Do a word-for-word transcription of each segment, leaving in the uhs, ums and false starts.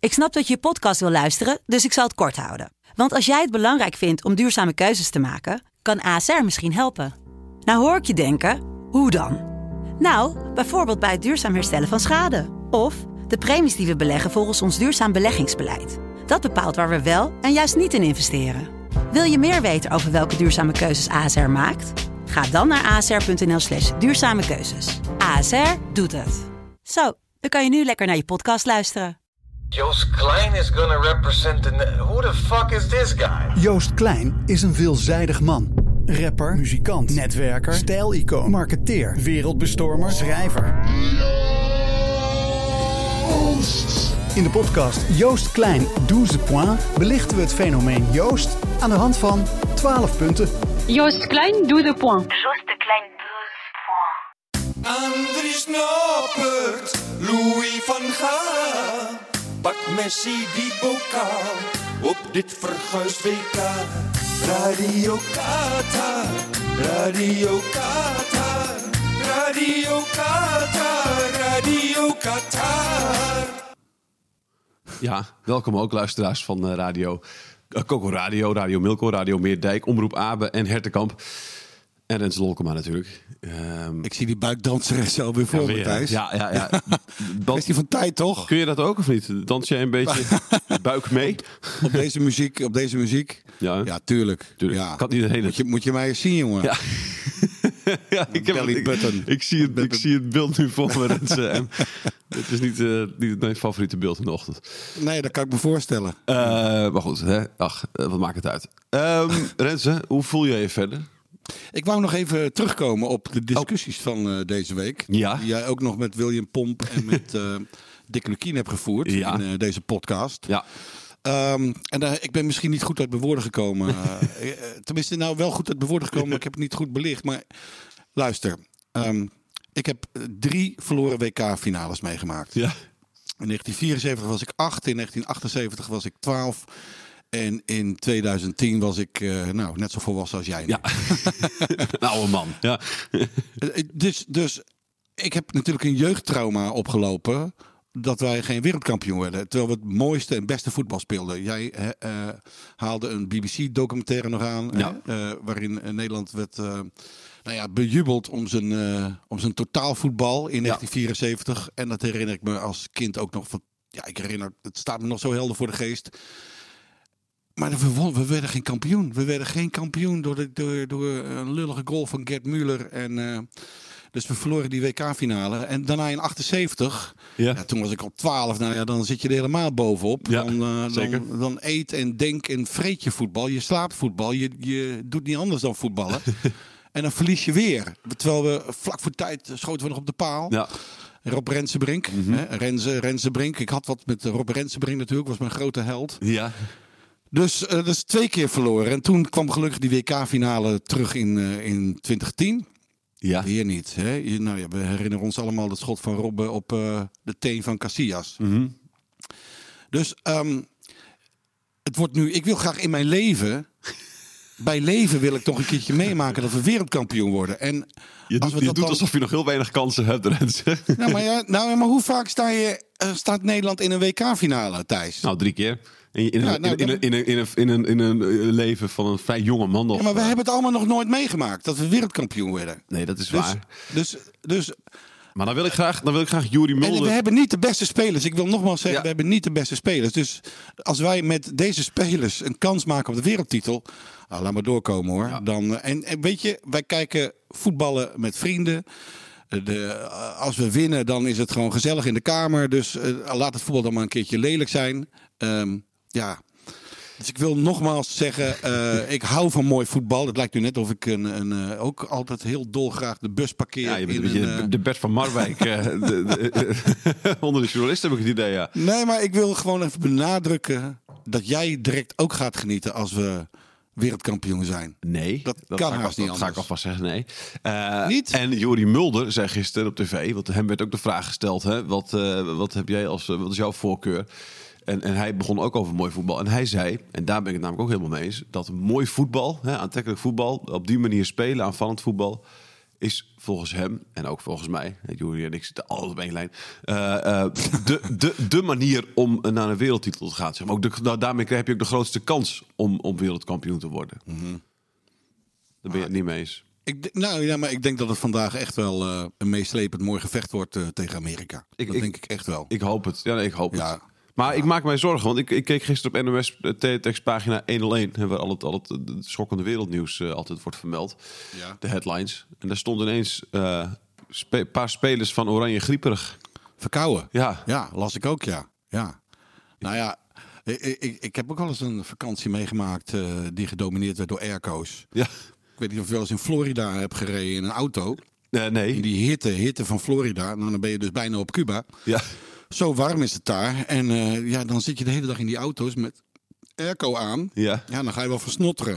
Ik snap dat je je podcast wil luisteren, dus ik zal het kort houden. Want als jij het belangrijk vindt om duurzame keuzes te maken, kan A S R misschien helpen. Nou hoor ik je denken, hoe dan? Nou, bijvoorbeeld bij het duurzaam herstellen van schade. Of de premies die we beleggen volgens ons duurzaam beleggingsbeleid. Dat bepaalt waar we wel en juist niet in investeren. Wil je meer weten over welke duurzame keuzes A S R maakt? Ga dan naar asr.nl slash duurzame keuzes. A S R doet het. Zo, dan kan je nu lekker naar je podcast luisteren. Joost Klein is gonna represent the... Who the fuck is this guy? Joost Klein is een veelzijdig man. Rapper, muzikant, netwerker, stijlicoon, marketeer, wereldbestormer, schrijver. In de podcast Joost Klein, douze points belichten we het fenomeen Joost aan de hand van twaalf punten. Joost Klein, douze points. Joost Klein, douze points. Andries Noppert, Louis van Gaal. Pak Messi die bokaal op dit verguisd W K. Radio Qatar, Radio Qatar, Radio Qatar, Radio Qatar. Ja, welkom ook luisteraars van uh, Radio uh, Coco Radio, Radio Milko, Radio Meerdijk, Omroep Abe en Hertenkamp. En Rens Lolkema natuurlijk. Um, Ik zie die buikdanseres zo weer voor ja, me, weer, Thijs. Ja, ja, ja. Dat, is die van tijd, toch? Kun je dat ook of niet? Dans jij een beetje buik mee? Op deze muziek, op deze muziek? Ja, ja tuurlijk. tuurlijk. Ja. Kan niet heen. Moet je, moet je mij eens zien, jongen? Ja. ja, ik, heb, ik, ik, zie het, ik zie het beeld nu voor me, Rens. En het is niet, uh, niet mijn favoriete beeld in de ochtend. Nee, dat kan ik me voorstellen. Uh, maar goed, hè? Ach, uh, wat maakt het uit? Um, Renze, hoe voel jij je verder? Ik wou nog even terugkomen op de discussies oh. van uh, deze week. Ja. Die jij ook nog met William Pomp en met uh, Dick Lukien hebt gevoerd ja. in uh, deze podcast. Ja. Um, en uh, ik ben misschien niet goed uit mijn woorden gekomen. uh, uh, tenminste, nou wel goed uit mijn woorden gekomen, maar ik heb het niet goed belicht. Maar luister, um, ik heb drie verloren W K-finales meegemaakt. Ja. In negentien vierenzeventig was ik acht, in negentien achtenzeventig was ik twaalf... En in tweeduizend tien was ik uh, nou, net zo volwassen als jij. Ja, een oude man. Ja. dus, dus ik heb natuurlijk een jeugdtrauma opgelopen dat wij geen wereldkampioen werden. Terwijl we het mooiste en beste voetbal speelden. Jij uh, haalde een B B C-documentaire nog aan. Ja. Hè, uh, waarin Nederland werd uh, nou ja, bejubeld om zijn, uh, om zijn totaalvoetbal in negentien vierenzeventig. Ja. En dat herinner ik me als kind ook nog. Van, ja, ik herinner, het staat me nog zo helder voor de geest. Maar we, won, we werden geen kampioen. We werden geen kampioen door, de, door, door een lullige goal van Gerd Müller. En, uh, dus we verloren die W K-finale. En daarna in achtenzeventig, ja. Ja, toen was ik al twaalf. Nou ja, dan zit je er helemaal bovenop. Ja, dan, uh, zeker. Dan, dan eet en denk en vreet je voetbal. Je slaapt voetbal. Je, je doet niet anders dan voetballen. En dan verlies je weer. Terwijl we vlak voor tijd schoten we nog op de paal. Ja. Rob Rensenbrink. Mm-hmm. Hè? Renze, Rensenbrink. Ik had wat met Rob Rensenbrink natuurlijk. Was mijn grote held. Ja. Dus dat uh, is twee keer verloren. En toen kwam gelukkig die W K-finale terug in, uh, in twintig tien. Ja. Weer niet. Hè? Je, nou ja, we herinneren ons allemaal het schot van Robben op uh, de teen van Casillas. Mm-hmm. Dus um, het wordt nu... Ik wil graag in mijn leven... bij leven wil ik toch een keertje meemaken dat we wereldkampioen worden. En je als doet, we je dat doet dan... alsof je nog heel weinig kansen hebt, Rens. Nou, maar, ja, nou, maar hoe vaak sta je, uh, staat Nederland in een W K-finale, Thijs? Nou, drie keer. In, in, ja, in, nou, in, in, in, in, in, in, een, in een leven van een vrij jonge man nog. Ja, maar we hebben het allemaal nog nooit meegemaakt, dat we wereldkampioen werden. Nee, dat is dus, waar. Dus, dus, maar dan wil ik graag, dan wil ik graag Yuri Mulder... En we hebben niet de beste spelers. Ik wil nogmaals zeggen, ja. we hebben niet de beste spelers. Dus als wij met deze spelers een kans maken op de wereldtitel... Nou, laat maar doorkomen hoor. Ja. Dan, en, en weet je, wij kijken voetballen met vrienden... De, als we winnen, dan is het gewoon gezellig in de kamer. Dus uh, laat het voetbal dan maar een keertje lelijk zijn. Um, ja. Dus ik wil nogmaals zeggen, uh, ik hou van mooi voetbal. Het lijkt nu net of ik een, een, uh, ook altijd heel dolgraag de bus parkeer. Ja, je bent in een beetje een, uh... de Bert van Marwijk. uh, de, de, uh, onder de journalisten heb ik het idee, ja. Nee, maar ik wil gewoon even benadrukken dat jij direct ook gaat genieten als we... wereldkampioen zijn. Nee, dat, dat kan haast niet dat anders. ga ik alvast zeggen, nee. Uh, niet? En Yuri Mulder zei gisteren op tv, want hem werd ook de vraag gesteld, hè, wat, uh, wat heb jij als, uh, wat is jouw voorkeur? En, en hij begon ook over mooi voetbal. En hij zei, en daar ben ik het namelijk ook helemaal mee eens, dat mooi voetbal, hè, aantrekkelijk voetbal, op die manier spelen, aanvallend voetbal, is volgens hem, en ook volgens mij, Jury en ik zitten altijd op één lijn, uh, uh, de, de, de manier om naar een wereldtitel te gaan. Zeg maar. Ook de, nou, daarmee heb je ook de grootste kans om, om wereldkampioen te worden. Mm-hmm. Daar ben je het niet mee eens. Ik, nou ja, maar ik denk dat het vandaag echt wel uh, een meeslepend mooi gevecht wordt uh, tegen Amerika. Ik, dat ik, denk ik echt wel. Ik hoop het. Ja, nee, ik hoop ja. het. Maar ja. ik maak mij zorgen, want ik, ik keek gisteren op N O S teletextpagina honderdéén, waar al het, al het, het schokkende wereldnieuws uh, altijd wordt vermeld. Ja. De headlines. En daar stond ineens een uh, spe- paar spelers van Oranje grieperig. Verkouden? Ja. Ja, las ik ook, ja. ja. Nou ja, ik, ik, ik heb ook wel eens een vakantie meegemaakt uh, die gedomineerd werd door airco's. Ja. Ik weet niet of je wel eens in Florida hebt gereden in een auto. Uh, nee. In die hitte, hitte van Florida. Nou, dan ben je dus bijna op Cuba. Ja. Zo warm is het daar. En uh, ja, dan zit je de hele dag in die auto's met airco aan. Ja. Ja, dan ga je wel versnotteren.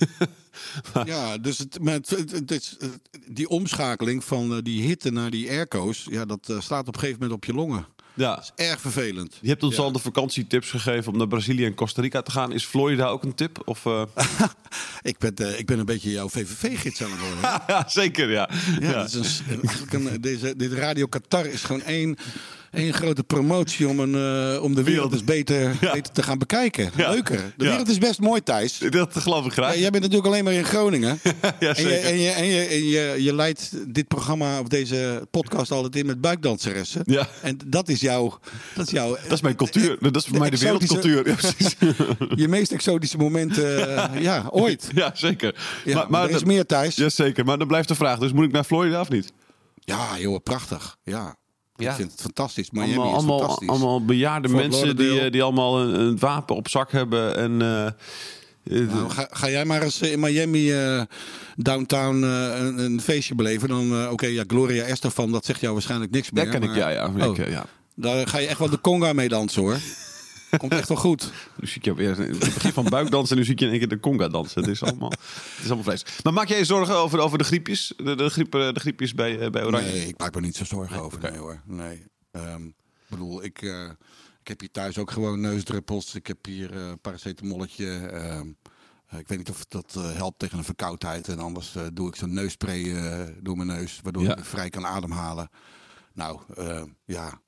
ja, dus het, maar het, het, het is, die omschakeling van uh, die hitte naar die airco's, ja, dat uh, slaat op een gegeven moment op je longen. Ja. Dat is erg vervelend. Je hebt ons ja. al de vakantietips gegeven om naar Brazilië en Costa Rica te gaan. Is Florida ook een tip? Of, uh... ik, ben, uh, ik ben een beetje jouw V V V-gids aan het worden. ja, zeker, ja. ja, ja. Dit, is een, een, deze, dit Radio Qatar is gewoon één... Eén grote promotie om, een, uh, om de wereld eens beter, ja. beter te gaan bekijken. Ja. Leuker. De wereld ja. is best mooi, Thijs. Dat geloof ik graag. Ja, jij bent natuurlijk alleen maar in Groningen. ja, en je, en, je, en, je, en je, je leidt dit programma of deze podcast altijd in met buikdanseressen. Ja. En dat is jouw... Dat is, jouw, dat is mijn cultuur. Dat is voor mij de wereldcultuur. Ja, precies. je meest exotische momenten uh, ja, ooit. Ja, zeker. Ja, maar, maar er is dat, meer, Thijs. Ja, zeker. Maar dan blijft de vraag. Dus moet ik naar Florida of niet? Ja, joh, prachtig. Ja. Ja. Ik vind het fantastisch. Miami allemaal, is allemaal, fantastisch. allemaal bejaarde Fort mensen die, die allemaal een, een wapen op zak hebben. En, uh, nou, ga, ga jij maar eens in Miami uh, downtown uh, een, een feestje beleven. Dan, uh, oké, okay, ja, Gloria Estefan, dat zegt jou waarschijnlijk niks meer. Dat ken maar... ik, ja. ja. Oh, ik, ja. Daar ga je echt wel de conga mee dansen, hoor. Komt echt wel goed. Nu zie ik je weer het begin van buikdansen en nu zie ik je in één keer de conga dansen. Het is allemaal, het is allemaal vlees. Maar maak jij je zorgen over, over de griepjes? De, de, griep, de griepjes bij, bij Oranje? Nee, ik maak me niet zo zorgen nee, over. okay. Nee hoor. Nee. Um, ik bedoel, ik, uh, ik heb hier thuis ook gewoon neusdruppels. Ik heb hier een uh, paracetamolletje. Um, uh, ik weet niet of dat uh, helpt tegen een verkoudheid. En anders uh, doe ik zo'n neusspray uh, door mijn neus. Waardoor ja. ik vrij kan ademhalen. Nou, uh, ja...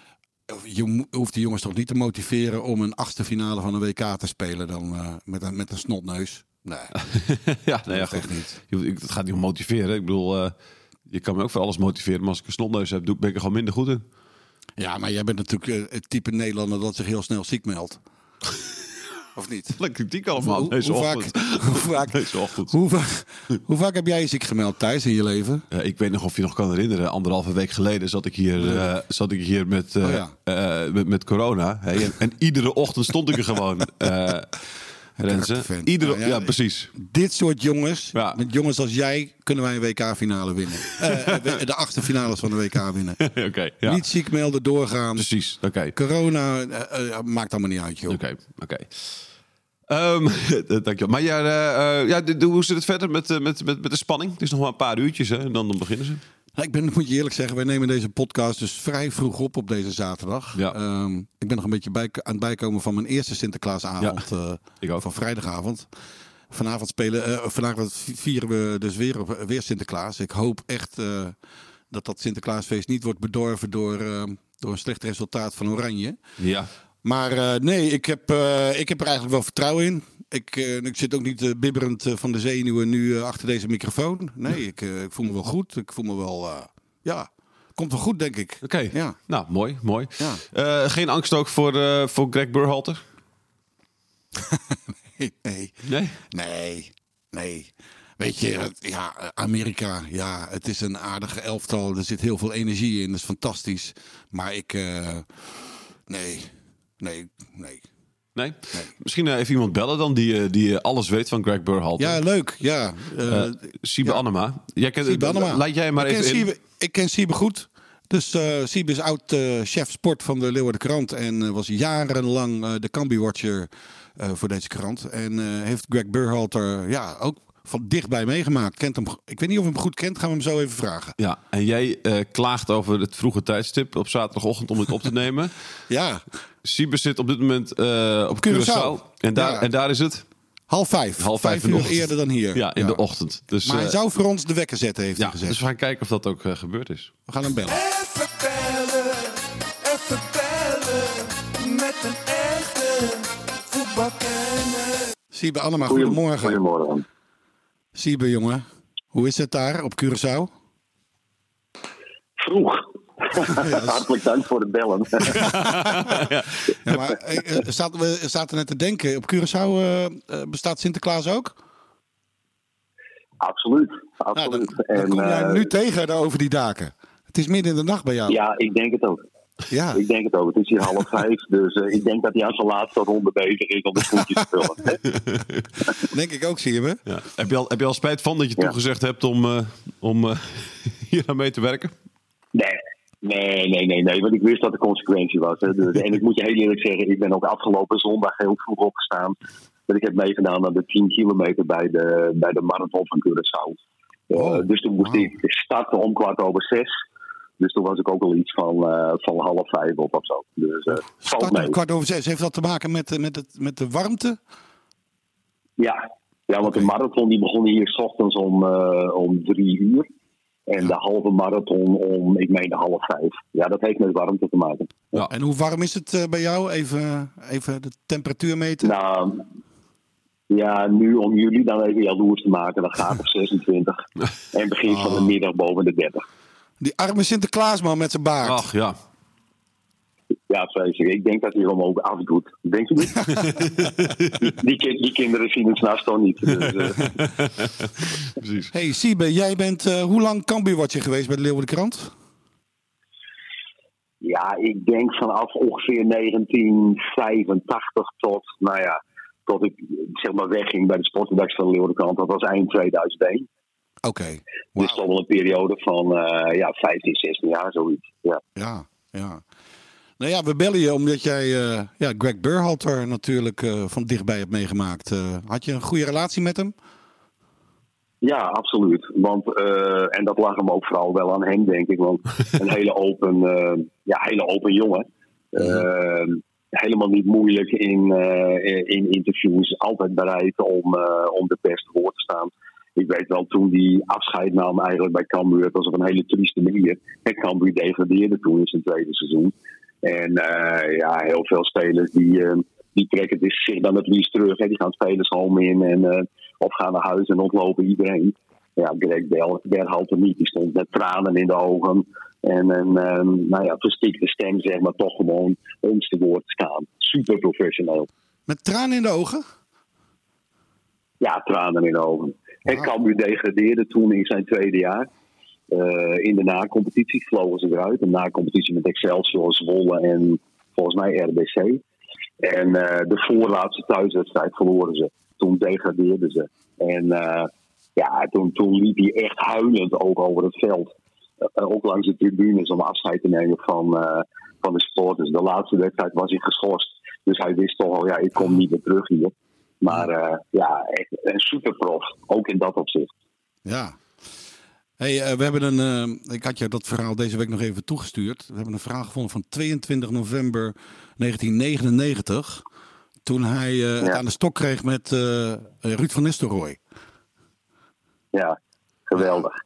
Je hoeft die jongens toch niet te motiveren om een achtste finale van een W K te spelen dan uh, met, een, met een snotneus? Nee, ja, nee, ja, echt niet. Het gaat niet om motiveren. Ik bedoel, uh, je kan me ook voor alles motiveren. Maar als ik een snotneus heb, ben ik er gewoon minder goed in. Ja, maar jij bent natuurlijk uh, het type Nederlander dat zich heel snel ziek meldt. Of niet? Lekker kritiek allemaal. Hoe, deze hoe, vaak, hoe, vaak, deze ochtend. Hoe, vaak, hoe vaak heb jij je ziek gemeld, Thijs, in je leven? Uh, ik weet nog of je nog kan herinneren. Anderhalve week geleden zat ik hier, uh, zat ik hier met, uh, oh ja. uh, met, met corona. Hey, en, en iedere ochtend stond ik er gewoon. Uh, Renze. Iedere, nou, ja, ja, precies. Dit soort jongens, ja. met jongens als jij, kunnen wij een W K-finale winnen. uh, de achtste finales van de W K winnen. okay, ja. Niet ziek melden, doorgaan. Precies, oké. Okay. Corona uh, uh, maakt allemaal niet uit, joh. Oké, okay, oké. Okay. Um, dankjewel. Maar ja, uh, uh, ja de, de, hoe zit het verder met, uh, met, met, met de spanning? Het is nog maar een paar uurtjes, hè? En dan, dan beginnen ze. Nou, ik ben, moet je eerlijk zeggen, wij nemen deze podcast dus vrij vroeg op op deze zaterdag. Ja. Um, ik ben nog een beetje bij, aan het bijkomen van mijn eerste Sinterklaasavond. Ja, uh, ik ook. Van vrijdagavond. Vanavond spelen, uh, vanavond vieren we dus weer, op, weer Sinterklaas. Ik hoop echt uh, dat dat Sinterklaasfeest niet wordt bedorven door, uh, door een slecht resultaat van Oranje. Ja. Maar uh, nee, ik heb, uh, ik heb er eigenlijk wel vertrouwen in. Ik, uh, ik zit ook niet uh, bibberend uh, van de zenuwen nu uh, achter deze microfoon. Nee, ik, uh, ik voel me wel goed. Ik voel me wel, uh, ja, komt wel goed, denk ik. Oké, okay. Ja. Nou, mooi, mooi. Ja. Uh, geen angst ook voor, uh, voor Greg Berhalter? nee, nee. Nee? Nee, nee. Weet je, ja, Amerika, ja, het is een aardige elftal. Er zit heel veel energie in, dat is fantastisch. Maar ik, uh, nee, nee, nee. Nee? nee? Misschien uh, even iemand bellen dan die, uh, die uh, alles weet van Greg Berhalter. Ja, leuk. Ja. Uh, uh, Siebe ja. Annema. Jij kent, Siebe Annema. Laat jij maar ik even ken in. Siebe, ik ken Siebe goed. Dus uh, Siebe is oud uh, chef sport van de Leeuwarden Krant. En uh, was jarenlang uh, de Cambuur-watcher uh, voor deze krant. En uh, heeft Greg Berhalter ja, ook van dichtbij meegemaakt. Kent hem, ik weet niet of hij hem goed kent. Gaan we hem zo even vragen. Ja, en jij uh, klaagt over het vroege tijdstip op zaterdagochtend om het op te nemen. Ja. Siebe zit op dit moment uh, op, op Curaçao. Curaçao. En daar, ja. en daar is het? Half vijf. Half vijf, vijf uur eerder dan hier. Ja, in ja. de ochtend. Dus, maar hij uh, zou voor ons de wekker zetten, heeft ja, hij gezegd. Dus we gaan kijken of dat ook uh, gebeurd is. We gaan hem bellen. Even bellen, even bellen, met een echte voetbalkenner. Siebe Annema, goedemorgen. Goedemorgen. Siebe, jongen. Hoe is het daar op Curaçao? Vroeg. Ja, hartelijk dank voor het bellen. ja. Ja, maar uh, zaten we zaten net te denken, op Curaçao uh, bestaat Sinterklaas ook? Absoluut, absoluut. Nou, dan, dan kom jij uh, nu tegen daar over die daken. Het is midden in de nacht bij jou. Ja, ik denk het ook. Ja. Ik denk het ook. Het is hier half vijf, dus uh, ik denk dat hij aan zijn laatste ronde bezig is om de schoentjes te vullen. Denk ik ook, zie je me. Ja. Heb, je al, heb je al spijt van dat je ja. toegezegd hebt om, uh, om uh, hier aan mee te werken? Nee. Nee, nee, nee, nee, want ik wist dat de consequentie was. Hè. Dus, en ik moet je heel eerlijk zeggen, ik ben ook afgelopen zondag heel vroeg opgestaan. Dat ik heb meegedaan aan de tien kilometer bij de, bij de marathon van Curaçao. Oh, uh, dus toen moest wow. ik starten om kwart over zes. Dus toen was ik ook al iets van, uh, van half vijf op of zo. Dus uh, valt mee. Kwart over zes, heeft dat te maken met, met, het, met de warmte? Ja, ja want okay. de marathon die begon hier 's ochtends om, uh, om drie uur. En ja. de halve marathon om, ik meen, de half vijf. Ja, dat heeft met warmte te maken. Ja. En hoe warm is het uh, bij jou? Even, even de temperatuur meten. Nou, ja, nu om jullie dan even jaloers te maken, dan gaat het zesentwintig. En begin oh. van de middag boven de dertig. Die arme Sinterklaasman met zijn baard. Ach, ja. Ja, vreselijk. Ik denk dat hij hem ook afdoet. Denk je niet? die, die, die kinderen zien het s'nachts toch niet. Dus, uh. Precies. Hey Siebe, jij bent uh, hoe lang Cambuurwatcher geweest bij de Leeuwardenkrant? Ja, ik denk vanaf ongeveer negentien vijfentachtig tot, nou ja, tot ik zeg maar wegging bij de sportredactie van de Leeuwardenkrant. Dat was eind tweeduizend één. Oké. Okay. Wow. Dus toch wel een periode van uh, ja, vijftien, zestien jaar, zoiets. Ja, ja. ja. Nou ja, we bellen je omdat jij uh, ja, Greg Berhalter natuurlijk uh, van dichtbij hebt meegemaakt. Uh, had je een goede relatie met hem? Ja, absoluut. Want, uh, en dat lag hem ook vooral wel aan hem, denk ik. Want een hele open, uh, ja, hele open jongen. Uh, helemaal niet moeilijk in, uh, in interviews. Altijd bereid om, uh, om de beste woord te staan. Ik weet wel, toen die afscheid nam eigenlijk bij Cambuur, dat was op een hele trieste manier. En Cambuur degradeerde toen in zijn tweede seizoen. En uh, ja, heel veel spelers die, uh, die trekken dus zich dan het liefst terug. Hè. Die gaan spelershome in en, uh, of gaan naar huis en ontlopen iedereen. Ja, Greg Berhalter niet. Die stond met tranen in de ogen. En een uh, nou ja, verstikte stem, zeg maar, toch gewoon ons te woord staan. Super professioneel. Met tranen in de ogen? Ja, tranen in de ogen. En Cambuur degradeerde toen in zijn tweede jaar. Uh, in de na-competitie vlogen ze eruit. Een na-competitie met Excelsior, Zwolle en volgens mij R B C. En uh, de voorlaatste thuiswedstrijd verloren ze. Toen degradeerden ze. En uh, ja, toen, toen liep hij echt huilend ook over het veld. Uh, ook langs de tribunes om afscheid te nemen van, uh, van de sporters. De laatste wedstrijd was hij geschorst. Dus hij wist toch al, ja, ik kom niet meer terug hier. Maar uh, ja, echt een superprof. Ook in dat opzicht. Ja. Hey, uh, we hebben een. Uh, ik had je dat verhaal deze week nog even toegestuurd. We hebben een verhaal gevonden van tweeëntwintig november negentien negenennegentig. Toen hij uh, ja. het aan de stok kreeg met uh, Ruud van Nistelrooy. Ja, geweldig.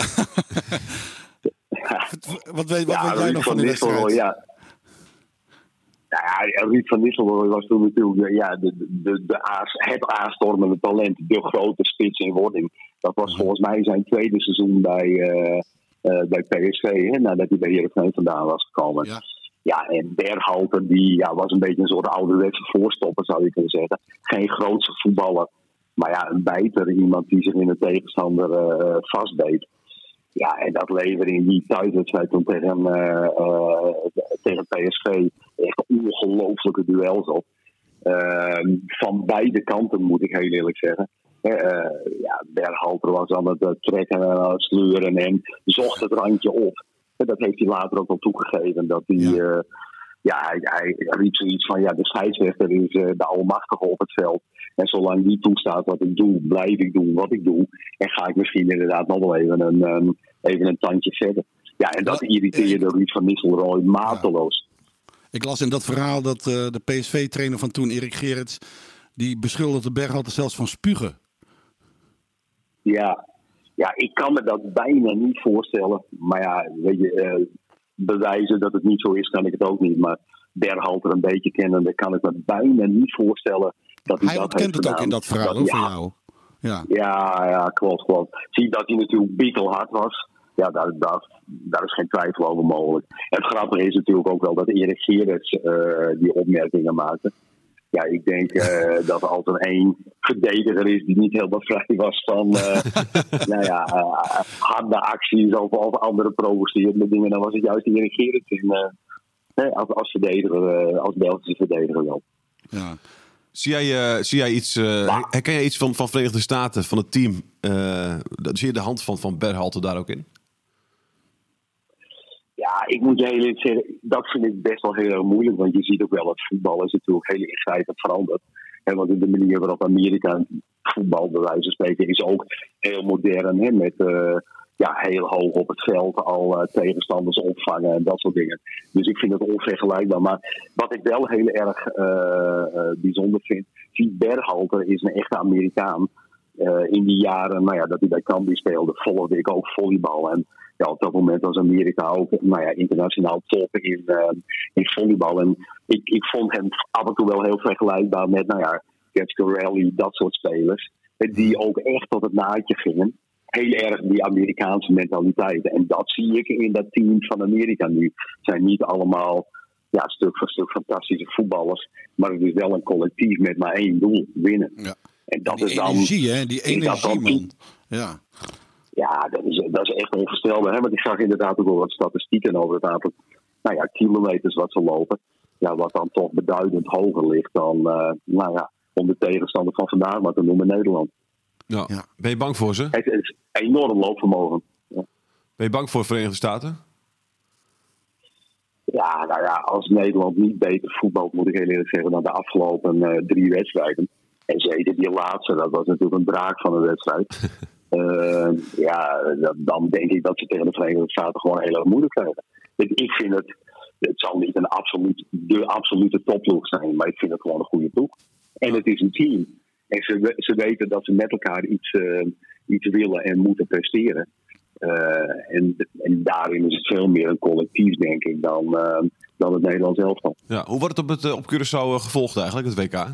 wat weet, wat ja, weet jij Ruud nog van van die Nistelrooy? Ja. Nou ja, Ruud van Nistelrooy was toen natuurlijk ja, de, de, de aas, het aanstormende talent, de grote spits in wording. Dat was volgens mij zijn tweede seizoen bij, uh, uh, bij P S V, hè, nadat hij bij Heerenveen vandaan was gekomen. Ja, ja en Berhalter die, ja, was een beetje een soort ouderwetse voorstopper, zou je kunnen zeggen. Geen grootse voetballer, maar ja, een bijter, iemand die zich in de tegenstander uh, vastbeet. Ja, en dat leverde in die thuiswedstrijd toen tegen, uh, uh, tegen P S V echt ongelooflijke duels op. Uh, van beide kanten, moet ik heel eerlijk zeggen. Uh, ja, Berhalter was aan het uh, trekken en aan het sleuren en zocht het randje op. En dat heeft hij later ook al toegegeven. Dat hij, uh, ja, hij, hij riep zoiets van, ja, de scheidsrechter is uh, de almachtige op het veld. En zolang die toestaat wat ik doe, blijf ik doen wat ik doe. En ga ik misschien inderdaad nog wel even een, um, even een tandje verder. Ja, en dat irriteerde Ruud van Nistelrooy mateloos. Ik las in dat verhaal dat uh, de P S V-trainer van toen, Erik Gerrits, die beschuldigde Berghalter zelfs van spugen. Ja. ja, ik kan me dat bijna niet voorstellen. Maar ja, weet je, uh, bewijzen dat het niet zo is, kan ik het ook niet. Maar Berghalter een beetje kennen, kan ik me bijna niet voorstellen dat hij, hij dat ontkent het gedaan. ook in dat verhaal dat, ja, van jou. Ja. Ja, ja, klopt, klopt. Zie dat hij natuurlijk bikkelhard was. Ja, daar, daar, daar is geen twijfel over mogelijk. Het grappige is natuurlijk ook wel dat Erik Gerrits uh, die opmerkingen maakte. Ja, ik denk uh, dat er altijd één verdediger is die niet helemaal vrij was van uh, nou ja, uh, harde acties of, of andere provocerende dingen. Dan was het juist Erik Gerrits in, uh, nee, als, als verdediger, uh, als Belgische verdediger wel. Ja. Zie jij, uh, zie jij iets, uh, ja. herken jij iets van, van Verenigde Staten, van het team? Uh, zie je de hand van, van Berghalter daar ook in? Ja, ik moet je heel eerlijk zeggen, dat vind ik best wel heel erg moeilijk. Want je ziet ook wel dat voetbal is natuurlijk heel ingrijpend veranderd. En want de manier waarop Amerika voetbal bij wijze van spreken is ook heel modern. Hè, met uh, ja, heel hoog op het veld al uh, tegenstanders opvangen en dat soort dingen. Dus ik vind het onvergelijkbaar. Maar wat ik wel heel erg uh, uh, bijzonder vind, Piet Berghalter is een echte Amerikaan. Uh, in die jaren nou ja, dat hij bij Cambuur speelde, volgde ik ook volleybal. En ja, op dat moment was Amerika ook nou ja, internationaal top in, uh, in volleybal. En ik, ik vond hem af en toe wel heel vergelijkbaar met, nou ja, Rally, dat soort spelers. Die ook echt tot het naadje gingen. Heel erg die Amerikaanse mentaliteit. En dat zie ik in dat team van Amerika nu. Het zijn niet allemaal ja, stuk voor stuk fantastische voetballers. Maar het is wel een collectief met maar één doel, winnen. Ja. En dat die is dan, energie, hè? Die energie, man. Ja. Ja, dat is, dat is echt onvoorstelbaar. Hè? Want ik zag inderdaad ook wel wat statistieken over het aantal nou ja, kilometers wat ze lopen. Ja, wat dan toch beduidend hoger ligt dan, uh, nou ja, om de tegenstander van vandaag maar te noemen, Nederland. Ja. Ja. Ben je bang voor ze? Het is enorm loopvermogen. Ja. Ben je bang voor de Verenigde Staten? Ja, nou ja, als Nederland niet beter voetbalt, moet ik heel eerlijk zeggen, dan de afgelopen uh, drie wedstrijden. En zeker die laatste, dat was natuurlijk een draak van een wedstrijd. uh, ja, dan denk ik dat ze tegen de Verenigde Staten gewoon heel erg moeilijk krijgen. Ik vind het, het zal niet een absoluut, de absolute topploeg zijn, maar ik vind het gewoon een goede ploeg. En het is een team. En ze, ze weten dat ze met elkaar iets, uh, iets willen en moeten presteren. Uh, en, en daarin is het veel meer een collectief, denk ik, dan, uh, dan het Nederlands elftal. Ja, hoe wordt het op, het, op Curaçao gevolgd eigenlijk, het W K?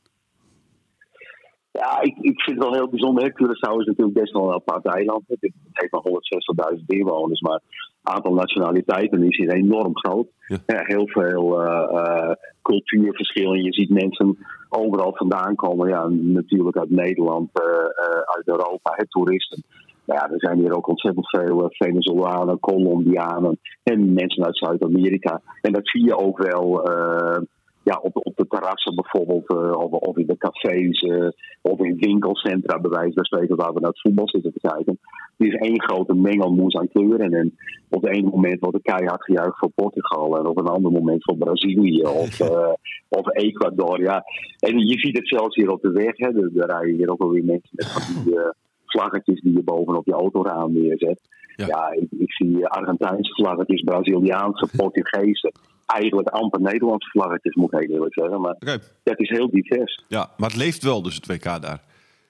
Ja, ik, ik vind het wel heel bijzonder. Hè. Curaçao is natuurlijk best wel een apart eiland. Het heeft maar honderdzestigduizend inwoners, maar het aantal nationaliteiten is hier enorm groot. Ja. Ja, heel veel uh, uh, cultuurverschillen. Je ziet mensen overal vandaan komen. Ja, natuurlijk uit Nederland, uh, uh, uit Europa, hè, toeristen. Nou ja, er zijn hier ook ontzettend veel uh, Venezolanen, Colombianen en mensen uit Zuid-Amerika. En dat zie je ook wel uh, ja, op, op de terrassen bijvoorbeeld, uh, of, of in de cafés, uh, of in winkelcentra, bij wijze van spreken, waar we naar het voetbal zitten te kijken. Er is één grote mengelmoes aan kleuren. En op het ene moment wordt er keihard gejuicht voor Portugal en op een ander moment voor Brazilië of, uh, of Ecuador. Ja. En je ziet het zelfs hier op de weg. Hè. Er, er rijden hier ook alweer mensen met van die uh, vlaggetjes die je bovenop je autoraam neerzet. Ja, ja ik, ik zie Argentijnse vlaggetjes, Braziliaanse, Portugese. Eigenlijk amper Nederlandse vlaggetjes, moet ik heel eerlijk zeggen. Maar okay. Dat is heel divers. Ja, maar het leeft wel dus, het W K daar.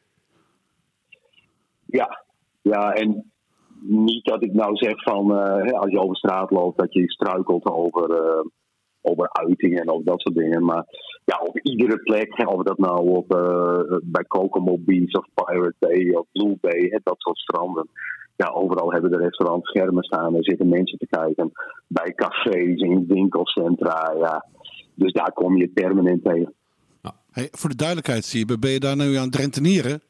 Ja, ja, en niet dat ik nou zeg van, uh, als je over straat loopt, dat je struikelt over, uh, over uitingen en over dat soort dingen. Maar ja, op iedere plek, of dat nou op, uh, bij Kokomo Beach of Pirate Bay of Blue Bay, hè, dat soort stranden. Ja, overal hebben de restaurants schermen staan en zitten mensen te kijken. Bij cafés, in winkelcentra, ja. Dus daar kom je permanent tegen. Nou, hey, voor de duidelijkheid, zie je, ben je daar nu aan het rentenieren?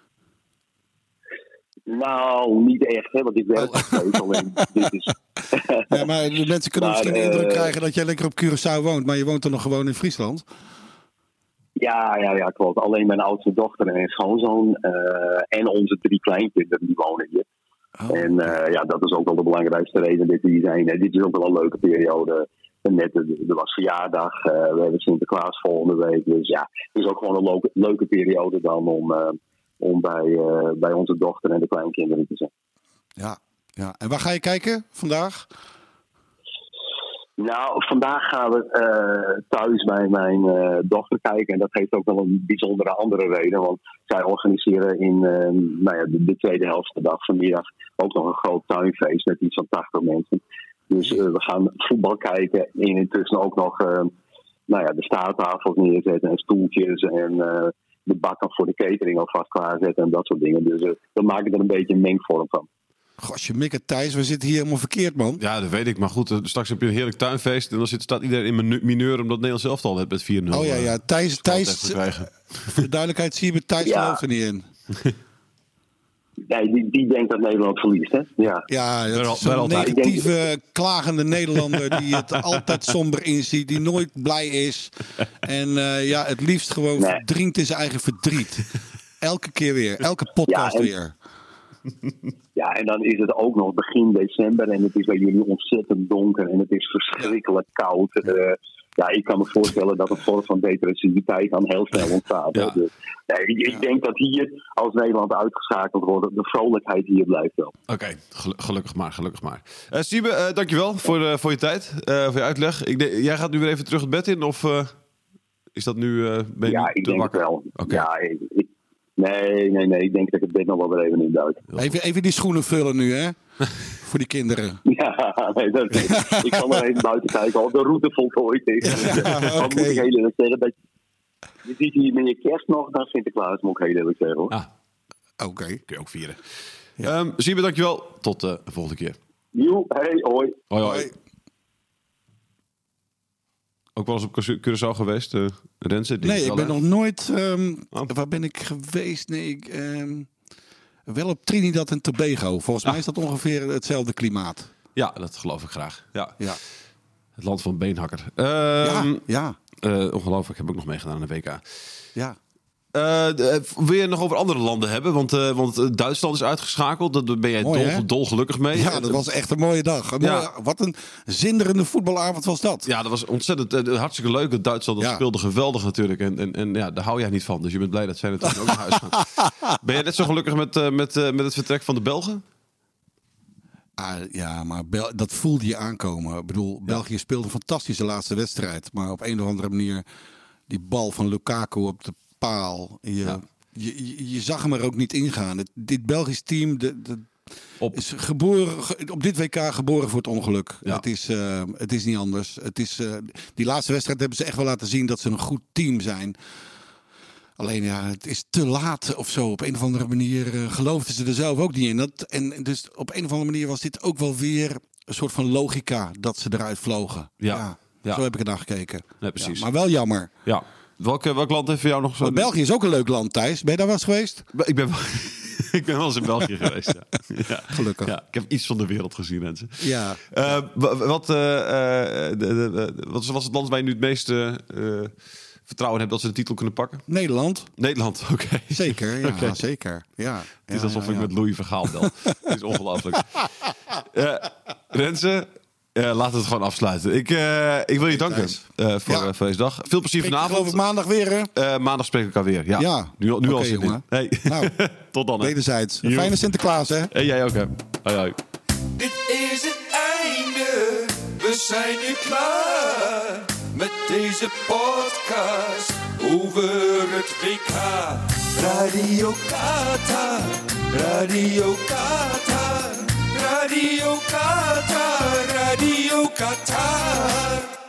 Nou, niet echt, hè, want ik werk nog steeds. Alleen dit is... ja, maar de mensen kunnen maar, misschien de uh, indruk krijgen dat jij lekker op Curaçao woont, maar je woont dan nog gewoon in Friesland. Ja, ja, ja, klopt. Alleen mijn oudste dochter en schoonzoon uh, en onze drie kleinkinderen die wonen hier. Oh. En uh, ja, dat is ook wel de belangrijkste reden dat we hier zijn. En dit is ook wel een leuke periode. Net, er was verjaardag, uh, we hebben Sinterklaas volgende week. Dus ja, het is ook gewoon een leuke, leuke periode dan om, uh, om bij, uh, bij onze dochter en de kleinkinderen te zijn. Ja, ja, en waar ga je kijken vandaag? Nou, vandaag gaan we uh, thuis bij mijn uh, dochter kijken. En dat heeft ook wel een bijzondere andere reden. Want zij organiseren in uh, nou ja, de, de tweede helft van de dag vanmiddag ook nog een groot tuinfeest met iets van tachtig mensen. Dus uh, we gaan voetbal kijken en intussen ook nog uh, nou ja, de staattafels neerzetten en stoeltjes en uh, de bakken voor de catering alvast klaarzetten en dat soort dingen. Dus uh, we maken er een beetje een mengvorm van. Gosje mikke Thijs, we zitten hier helemaal verkeerd, man. Ja, dat weet ik. Maar goed, uh, straks heb je een heerlijk tuinfeest en dan zit, staat iedereen in minu- mineur omdat Nederland zelf al heeft met vier nul. Oh ja, ja. Thijs, uh, Thijs voor de duidelijkheid zie je met Thijs Ja. geloof er niet in. Nee, die, die denkt dat Nederland verliest, hè? Ja. Ja, dat Wel- is zo'n wel altijd. negatieve, klagende Nederlander die het altijd somber inziet, die nooit blij is. En uh, ja, het liefst gewoon Nee. verdrinkt in zijn eigen verdriet. Elke keer weer, elke podcast Ja, en- weer. Ja, en dan is het ook nog begin december en het is bij jullie ontzettend donker en het is verschrikkelijk koud. Uh, ja, ik kan me voorstellen dat een vorm van depressiviteit dan heel snel ontstaat. Ja. Hè. Dus, nee, ik, ik denk dat hier, als Nederland uitgeschakeld wordt, de vrolijkheid hier blijft wel. Oké, okay, gel- gelukkig maar, gelukkig maar. Uh, Siebe, uh, dankjewel voor, uh, voor je tijd, uh, voor je uitleg. Ik de- jij gaat nu weer even terug het bed in of uh, is dat nu, uh, ben je Ja, nu ik te denk wakker? het wel. Oké. Ja, ik, ik- nee, nee, nee, ik denk dat ik het bed nog wel weer even in duik. Even, even die schoenen vullen nu, hè? Voor die kinderen. Ja, nee, dat, ik zal nog even buiten kijken of de route voltooid is. Ja, Dan oké. moet ik heel eerlijk zeggen dat je ziet hier meer kerst nog dan Sinterklaas, moet ik heel eerlijk zeggen, hoor. Ah, Oké. kun je ook vieren. Ja. Um, Siebe, dankjewel. Tot uh, de volgende keer. Joe, hey, hoi. Hoi, hoi. Hoi. Ook wel eens op Curaçao Curaçao geweest, uh, Renze? Denk Nee, ik wel, ben hè? nog nooit... Um, Oh. Waar ben ik geweest? Nee, ik, um, wel op Trinidad en Tobago. Volgens mij is dat ongeveer hetzelfde klimaat. Ja, dat geloof ik graag. Ja. Ja, Het land van Beenhakker. ja, Um, ja. uh, ongelooflijk, heb ik ook nog meegedaan aan de W K. ja. Uh, de- wil je het nog over andere landen hebben? Want, uh, want uh, Duitsland is uitgeschakeld. Daar ben jij Mooi, hè? dol, dolgelukkig mee. Ja, dat was echt een mooie dag. Een Ja. mooie- wat een zinderende voetbalavond was dat. Ja, dat was ontzettend uh, hartstikke leuk. Het Duitsland dat Ja. speelde geweldig natuurlijk. En, en, en ja, daar hou jij niet van. Dus je bent blij dat zij natuurlijk ook naar huis gaan. Ben jij net zo gelukkig met, uh, met, uh, met het vertrek van de Belgen? Ah, ja, maar Bel- dat voelde je aankomen. Ik bedoel, België speelde een fantastische laatste wedstrijd. Maar op een of andere manier die bal van Lukaku op de paal. Je, Ja. je, je, je zag hem er ook niet ingaan. Het, dit Belgisch team de, de, Op. is geboren, ge- op dit W K geboren voor het ongeluk. Ja. Het, is, uh, het is niet anders. Het is, uh, die laatste wedstrijd hebben ze echt wel laten zien dat ze een goed team zijn. Alleen ja, het is te laat of zo. Op een of andere manier uh, geloofden ze er zelf ook niet in. Dat, en dus op een of andere manier was dit ook wel weer een soort van logica dat ze eruit vlogen. Ja. Ja. Zo heb ik er naar gekeken. Nee, precies. Ja, maar wel jammer. Ja. Welk, welk land heeft voor jou nog zo... Maar België is ook een leuk land, Thijs. Ben je daar wel eens geweest? Ik ben, wel- ik ben wel eens in België geweest. Ja. Ja. Gelukkig. Ja, ik heb iets van de wereld gezien, mensen. Ja. Uh, wa- wat, uh, uh, de, de, de, wat was het land waar je nu het meeste uh, vertrouwen hebt dat ze de titel kunnen pakken? Nederland. Nederland, oké. Zeker, ja, Oké. zeker. Ja. Het is Ja, alsof ja, ik ja. met Louis Vergaal bel. Het is ongelooflijk. Uh, Renze, uh, laten we het gewoon afsluiten. Ik, uh, ik wil je danken Thijs. uh, voor, Ja. uh, voor deze dag. Veel plezier Ik geloof vanavond. ik maandag weer, hè? Uh, maandag spreken we elkaar weer. Ja, Ja. nu, nu Oké, al zin in. jongen. Hey. Nou, Tot dan. Hè. wederzijds. Een Jo. fijne Sinterklaas, hè? En jij ook, hè. Hoi, hoi. Dit is het einde, we zijn nu klaar met deze podcast over het W K. Radio Qatar, Radio Qatar, Radio Qatar, Radio Qatar.